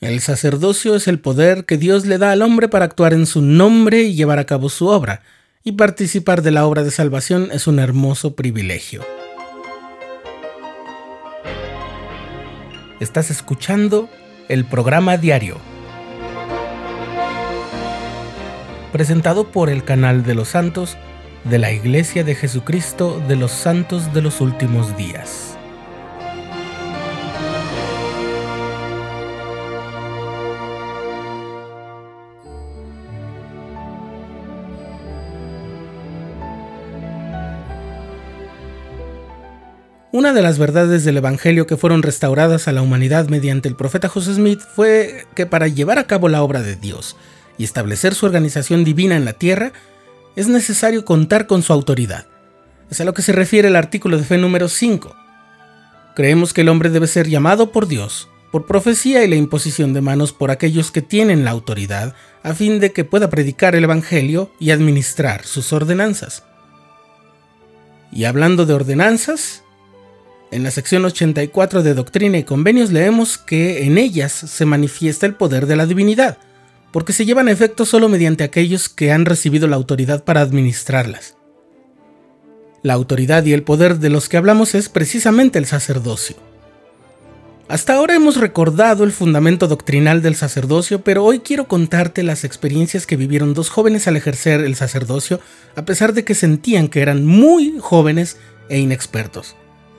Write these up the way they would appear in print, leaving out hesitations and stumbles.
El sacerdocio es el poder que Dios le da al hombre para actuar en su nombre y llevar a cabo su obra, y participar de la obra de salvación es un hermoso privilegio. Estás escuchando el programa diario, presentado por el canal de los santos de la Iglesia de Jesucristo de los Santos de los Últimos Días. Una de las verdades del Evangelio que fueron restauradas a la humanidad mediante el profeta José Smith fue que para llevar a cabo la obra de Dios y establecer su organización divina en la tierra, es necesario contar con su autoridad. Es a lo que se refiere el artículo de fe número 5. Creemos que el hombre debe ser llamado por Dios, por profecía y la imposición de manos por aquellos que tienen la autoridad, a fin de que pueda predicar el Evangelio y administrar sus ordenanzas. Y hablando de ordenanzas, en la sección 84 de Doctrina y Convenios leemos que en ellas se manifiesta el poder de la divinidad, porque se llevan a efecto solo mediante aquellos que han recibido la autoridad para administrarlas. La autoridad y el poder de los que hablamos es precisamente el sacerdocio. Hasta ahora hemos recordado el fundamento doctrinal del sacerdocio, pero hoy quiero contarte las experiencias que vivieron dos jóvenes al ejercer el sacerdocio, a pesar de que sentían que eran muy jóvenes e inexpertos.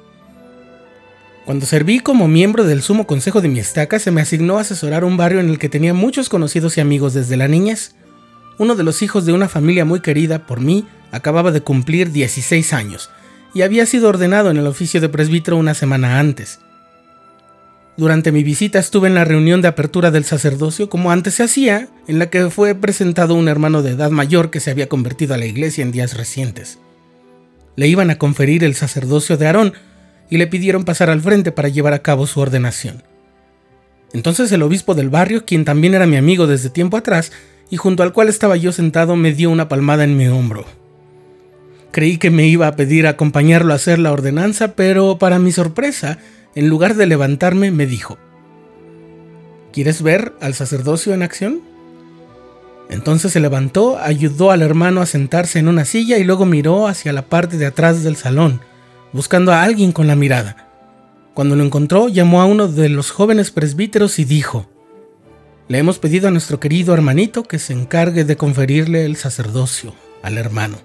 Cuando serví como miembro del Sumo Consejo de Miestaca, se me asignó a asesorar un barrio en el que tenía muchos conocidos y amigos desde la niñez. Uno de los hijos de una familia muy querida por mí acababa de cumplir 16 años y había sido ordenado en el oficio de presbítero una semana antes. Durante mi visita estuve en la reunión de apertura del sacerdocio, como antes se hacía, en la que fue presentado un hermano de edad mayor que se había convertido a la iglesia en días recientes. Le iban a conferir el sacerdocio de Aarón, y le pidieron pasar al frente para llevar a cabo su ordenación. Entonces el obispo del barrio, quien también era mi amigo desde tiempo atrás, y junto al cual estaba yo sentado, me dio una palmada en mi hombro. Creí que me iba a pedir acompañarlo a hacer la ordenanza, pero para mi sorpresa, en lugar de levantarme, me dijo: ¿Quieres ver al sacerdocio en acción? Entonces se levantó, ayudó al hermano a sentarse en una silla y luego miró hacia la parte de atrás del salón, buscando a alguien con la mirada. Cuando lo encontró, llamó a uno de los jóvenes presbíteros y dijo: le hemos pedido a nuestro querido hermanito que se encargue de conferirle el sacerdocio al hermano.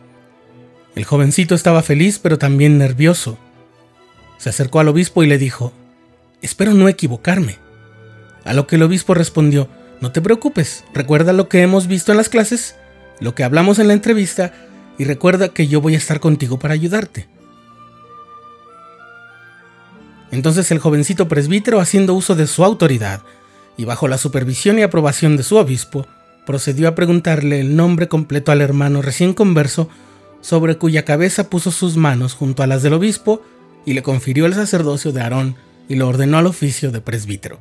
El jovencito estaba feliz, pero también nervioso. Se acercó al obispo y le dijo: espero no equivocarme. A lo que el obispo respondió: no te preocupes, recuerda lo que hemos visto en las clases, lo que hablamos en la entrevista, y recuerda que yo voy a estar contigo para ayudarte. Entonces el jovencito presbítero, haciendo uso de su autoridad y bajo la supervisión y aprobación de su obispo, procedió a preguntarle el nombre completo al hermano recién converso, sobre cuya cabeza puso sus manos junto a las del obispo y le confirió el sacerdocio de Aarón y lo ordenó al oficio de presbítero.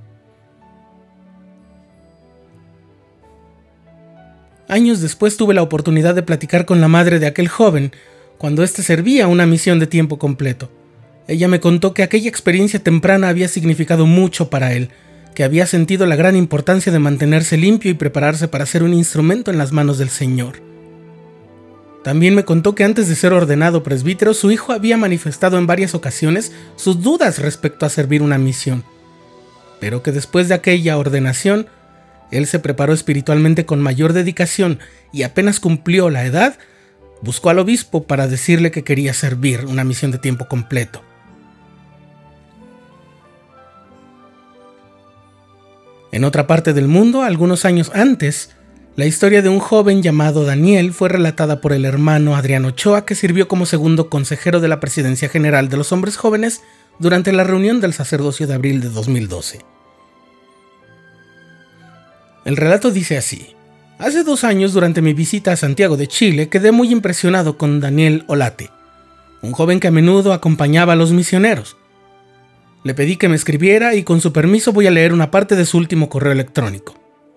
Años después tuve la oportunidad de platicar con la madre de aquel joven cuando éste servía una misión de tiempo completo. Ella me contó que aquella experiencia temprana había significado mucho para él, que había sentido la gran importancia de mantenerse limpio y prepararse para ser un instrumento en las manos del Señor. También me contó que antes de ser ordenado presbítero, su hijo había manifestado en varias ocasiones sus dudas respecto a servir una misión, pero que después de aquella ordenación, él se preparó espiritualmente con mayor dedicación y apenas cumplió la edad, buscó al obispo para decirle que quería servir una misión de tiempo completo. En otra parte del mundo, algunos años antes, la historia de un joven llamado Daniel fue relatada por el hermano Adrián Ochoa, que sirvió como segundo consejero de la Presidencia General de los Hombres Jóvenes durante la reunión del sacerdocio de abril de 2012. El relato dice así: hace 2 años, durante mi visita a Santiago de Chile, quedé muy impresionado con Daniel Olate, un joven que a menudo acompañaba a los misioneros. Le pedí que me escribiera y con su permiso voy a leer una parte de su último correo electrónico.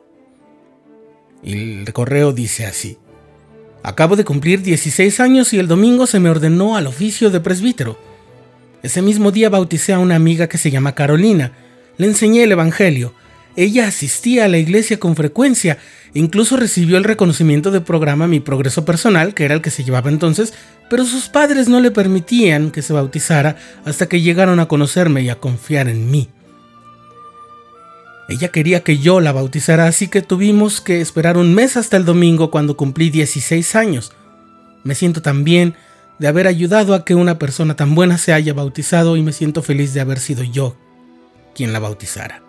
Y el correo dice así: acabo de cumplir 16 años y el domingo se me ordenó al oficio de presbítero. Ese mismo día bauticé a una amiga que se llama Carolina, le enseñé el Evangelio, Ella asistía a la iglesia con frecuencia, incluso recibió el reconocimiento de programa Mi Progreso Personal, que era el que se llevaba entonces, pero sus padres no le permitían que se bautizara hasta que llegaron a conocerme y a confiar en mí. Ella quería que yo la bautizara, así que tuvimos que esperar un mes hasta el domingo cuando cumplí 16 años. Me siento tan bien de haber ayudado a que una persona tan buena se haya bautizado y me siento feliz de haber sido yo quien la bautizara.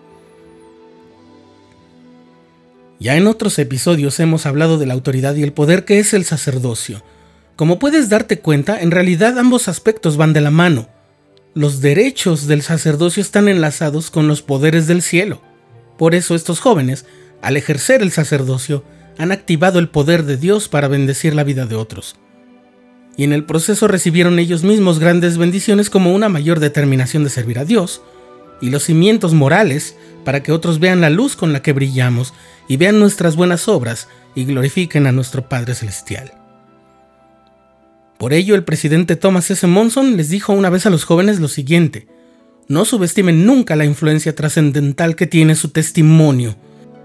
Ya en otros episodios hemos hablado de la autoridad y el poder que es el sacerdocio. Como puedes darte cuenta, en realidad ambos aspectos van de la mano. Los derechos del sacerdocio están enlazados con los poderes del cielo. Por eso estos jóvenes, al ejercer el sacerdocio, han activado el poder de Dios para bendecir la vida de otros. Y en el proceso recibieron ellos mismos grandes bendiciones como una mayor determinación de servir a Dios y los cimientos morales para que otros vean la luz con la que brillamos y vean nuestras buenas obras y glorifiquen a nuestro Padre Celestial. Por ello, el presidente Thomas S. Monson les dijo una vez a los jóvenes lo siguiente: no subestimen nunca la influencia trascendental que tiene su testimonio.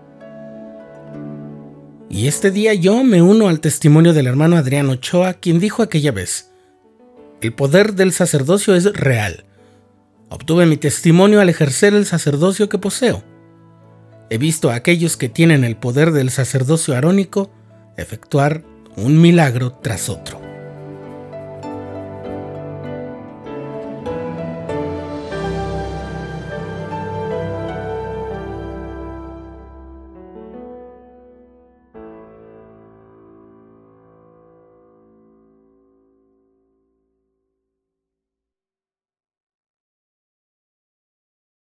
Y este día yo me uno al testimonio del hermano Adrián Ochoa, quien dijo aquella vez: el poder del sacerdocio es real. Obtuve mi testimonio al ejercer el sacerdocio que poseo. He visto a aquellos que tienen el poder del sacerdocio arónico efectuar un milagro tras otro.